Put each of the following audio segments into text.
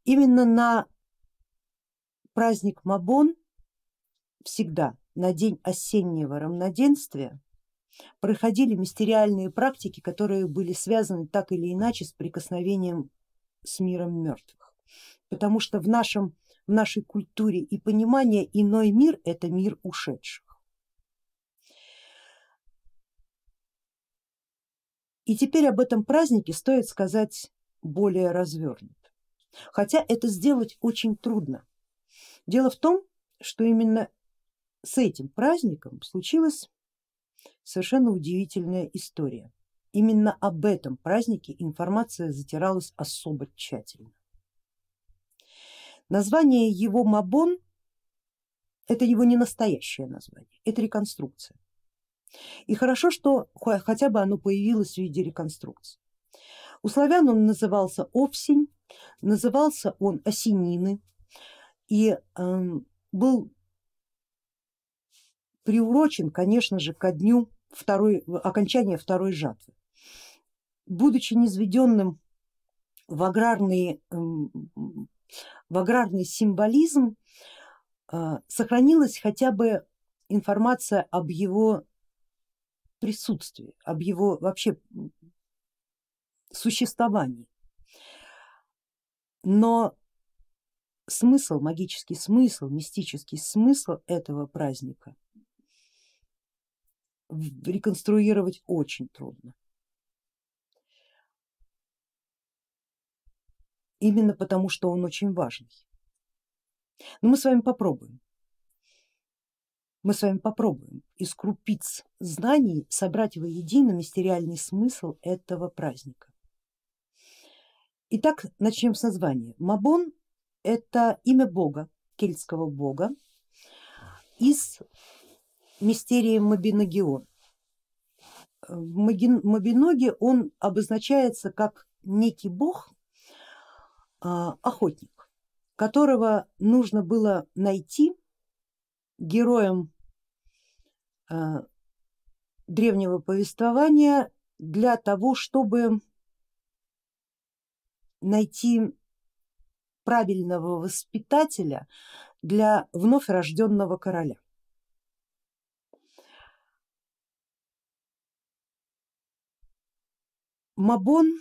Именно на праздник Мабон всегда на день осеннего равноденствия проходили мистериальные практики, которые были связаны так или иначе с прикосновением с миром мертвых, потому что в нашей культуре и понимании иной мир это мир ушедших. И теперь об этом празднике стоит сказать более развернуто, хотя это сделать очень трудно. Дело в том, что именно с этим праздником случилась совершенно удивительная история. Именно об этом празднике информация затиралась особо тщательно. Название его Мабон это его не настоящее название, это реконструкция. И хорошо, что хотя бы оно появилось в виде реконструкции. У славян он назывался Овсень, назывался он Осенины и был приурочен, конечно же, ко дню окончания второй жатвы. Будучи низведенным в аграрный символизм, сохранилась хотя бы информация об его присутствии, об его вообще существовании. Но смысл, магический смысл, мистический смысл этого праздника реконструировать очень трудно. Именно потому, что он очень важный. Но мы с вами попробуем. Мы с вами попробуем из крупиц знаний собрать воедино мистериальный смысл этого праздника. Итак, начнем с названия. Мабон это имя бога, кельтского бога из мистерии Мабиногион. В Мабиноге он обозначается как некий бог, охотник, которого нужно было найти героем древнего повествования для того, чтобы найти правильного воспитателя для вновь рожденного короля. Мабон,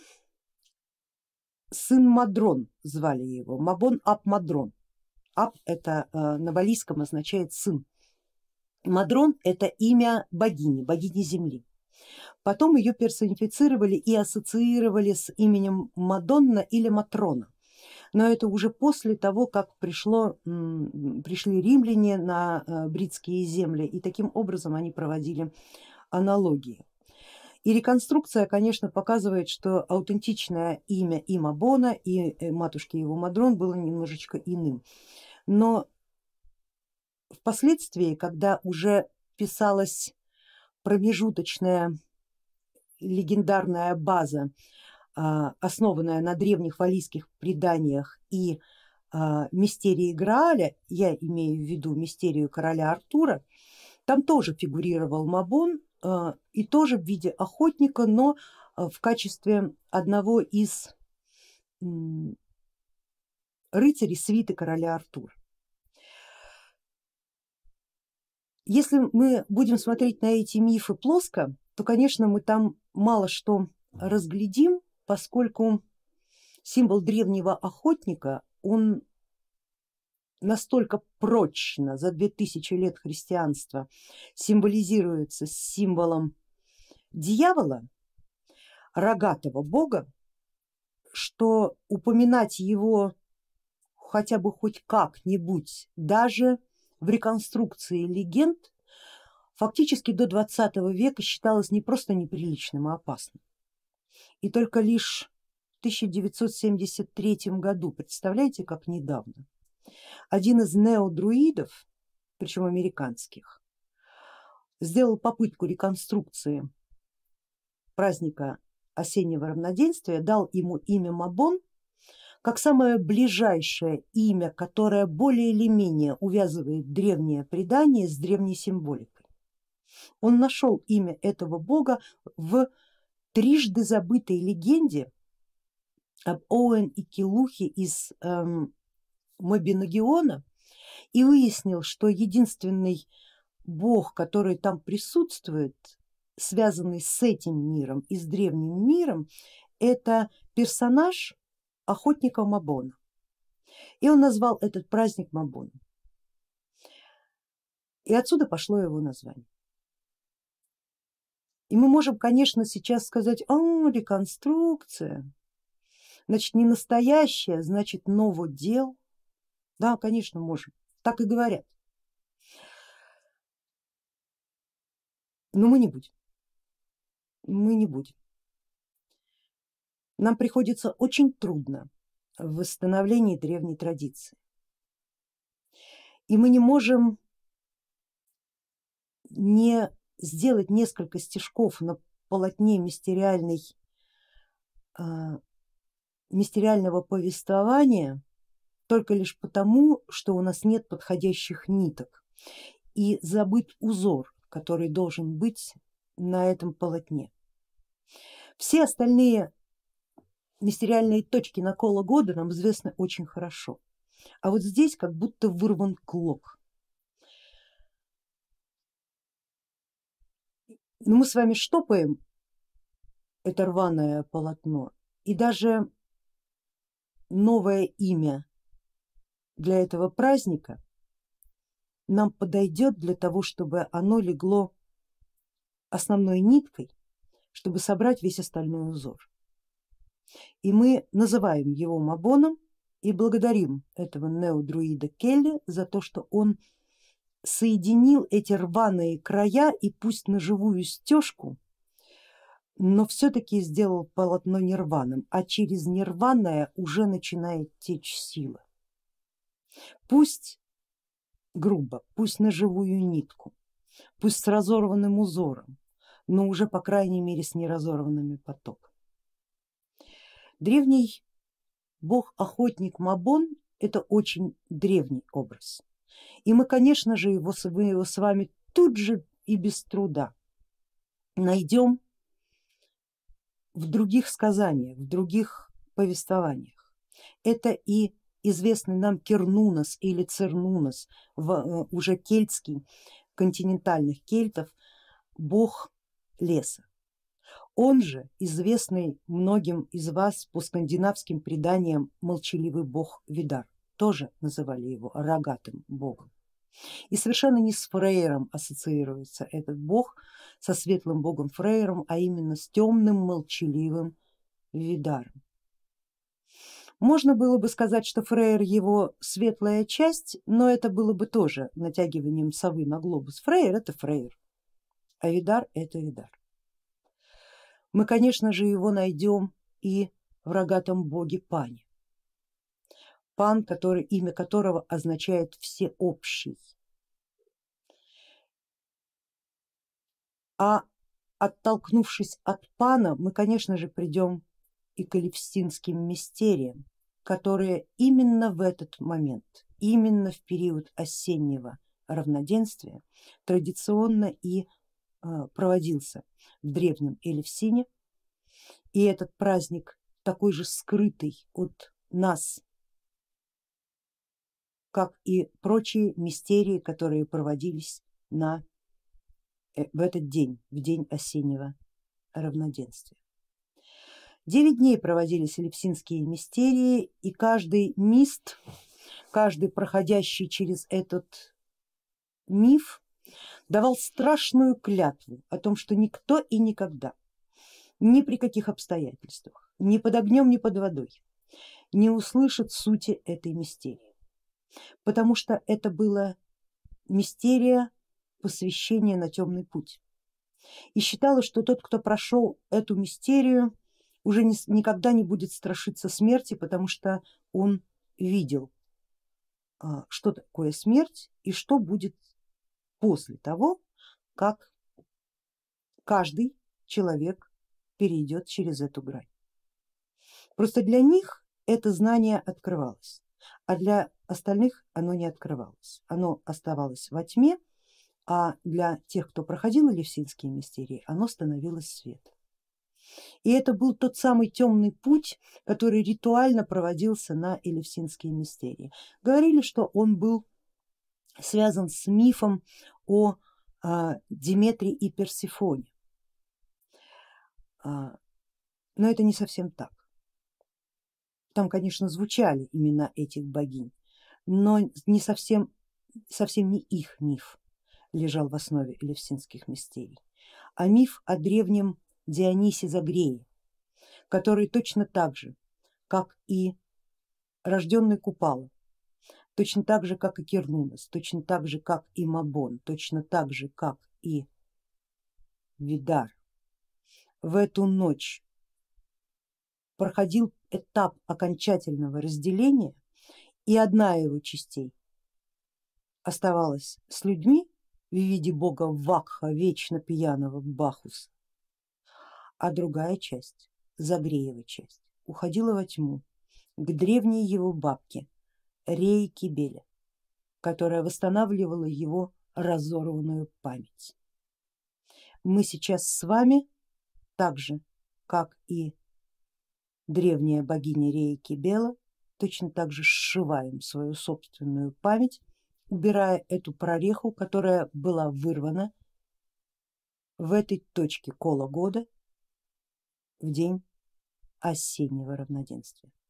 сын Мадрон звали его, Мабон ап Мадрон. Ап это на валлийском означает сын. Мадрон это имя богини, богини земли. Потом ее персонифицировали и ассоциировали с именем Мадонна или Матрона. Но это уже после того, как пришли римляне на бритские земли, и таким образом они проводили аналогии. И реконструкция, конечно, показывает, что аутентичное имя и Мабона, и матушки его Мадрон было немножечко иным. Но впоследствии, когда уже писалась промежуточная легендарная база, основанная на древних валлийских преданиях и мистерии Грааля, я имею в виду мистерию короля Артура, там тоже фигурировал Мабон и тоже в виде охотника, но в качестве одного из рыцарей свиты короля Артура. Если мы будем смотреть на эти мифы плоско, то, конечно, мы там мало что разглядим, поскольку символ древнего охотника, он настолько прочно за 2000 лет христианства символизируется символом дьявола, рогатого бога, что упоминать его хотя бы хоть как-нибудь даже в реконструкции легенд фактически до 20 века считалось не просто неприличным, а опасным. И только лишь в 1973 году, представляете, как недавно, один из неодрουидов, причем американских, сделал попытку реконструкции праздника осеннего равноденствия, дал ему имя Мабон как самое ближайшее имя, которое более или менее увязывает древнее предание с древней символикой. Он нашел имя этого бога в трижды забытой легенде об Оуэн и Килухе из Мабиногиона и выяснил, что единственный бог, который там присутствует, связанный с этим миром и с древним миром, это персонаж охотника Мабона. И он назвал этот праздник Мабон. И отсюда пошло его название. И мы можем, конечно, сейчас сказать: реконструкция, значит не настоящая, значит новодел. Да, конечно, можем, так и говорят. Но мы не будем. Мы не будем. Нам приходится очень трудно в восстановлении древней традиции. И мы не можем не сделать несколько стишков на полотне мистериального повествования только лишь потому, что у нас нет подходящих ниток, и забыть узор, который должен быть на этом полотне. Все остальные мистериальные точки накола года нам известны очень хорошо, а вот здесь как будто вырван клок. Но мы с вами штопаем это рваное полотно, и даже новое имя для этого праздника нам подойдет для того, чтобы оно легло основной ниткой, чтобы собрать весь остальной узор. И мы называем его Мабоном и благодарим этого неодрουида Келли за то, что он соединил эти рваные края и пусть на живую стежку, но все-таки сделал полотно нерваным, а через нерваное уже начинает течь сила. Пусть грубо, пусть на живую нитку, пусть с разорванным узором, но уже по крайней мере с неразорванными потоками. Древний бог-охотник Мабон это очень древний образ, и мы, конечно же, его с вами тут же и без труда найдем в других сказаниях, в других повествованиях. Это и известный нам Кернунос или Цернунос, уже кельтский, континентальных кельтов, бог леса. Он же известный многим из вас по скандинавским преданиям молчаливый бог Видар, тоже называли его рогатым богом. И совершенно не с Фрейром ассоциируется этот бог, со светлым богом Фрейром, а именно с темным молчаливым Видаром. Можно было бы сказать, что Фрейр его светлая часть, но это было бы тоже натягиванием совы на глобус. Фрейр это Фрейр, а Видар это Видар. Мы, конечно же, его найдем и в рогатом боге Пане. Пан, имя которого означает всеобщий. А оттолкнувшись от Пана, мы, конечно же, придем и к элевсинским мистериям, которые именно в этот момент, именно в период осеннего равноденствия традиционно и проводился в древнем Элевсине. И этот праздник такой же скрытый от нас, как и прочие мистерии, которые проводились в этот день, в день осеннего равноденствия. 9 дней проводились элевсинские мистерии, и каждый мист, каждый проходящий через этот миф давал страшную клятву о том, что никто и никогда, ни при каких обстоятельствах, ни под огнем, ни под водой не услышит сути этой мистерии, потому что это была мистерия посвящения на темный путь. И считалось, что тот, кто прошел эту мистерию, уже никогда не будет страшиться смерти, потому что он видел, что такое смерть и что будет после того, как каждый человек перейдет через эту грань. Просто для них это знание открывалось, а для остальных оно не открывалось, оно оставалось во тьме, а для тех, кто проходил элевсинские мистерии, оно становилось светом. И это был тот самый темный путь, который ритуально проводился на Элевсинские мистерии. Говорили, что он был связан с мифом о Диметре и Персефоне, но это не совсем так. Там, конечно, звучали имена этих богинь, но не совсем не их миф лежал в основе Элевсинских мистерий, а миф о древнем Дионисе Загрее, который точно так же, как и рожденный Купала, точно так же, как и Кернунос, точно так же, как и Мабон, точно так же, как и Видар, в эту ночь проходил этап окончательного разделения, и одна его частей оставалась с людьми в виде бога Вакха, вечно пьяного Бахуса, а другая часть, Загреева часть, уходила во тьму к древней его бабке Рее Кибеле, которая восстанавливала его разорванную память. Мы сейчас с вами, так же как и древняя богиня Рея Кибела, точно так же сшиваем свою собственную память, убирая эту прореху, которая была вырвана в этой точке кола года в день осеннего равноденствия.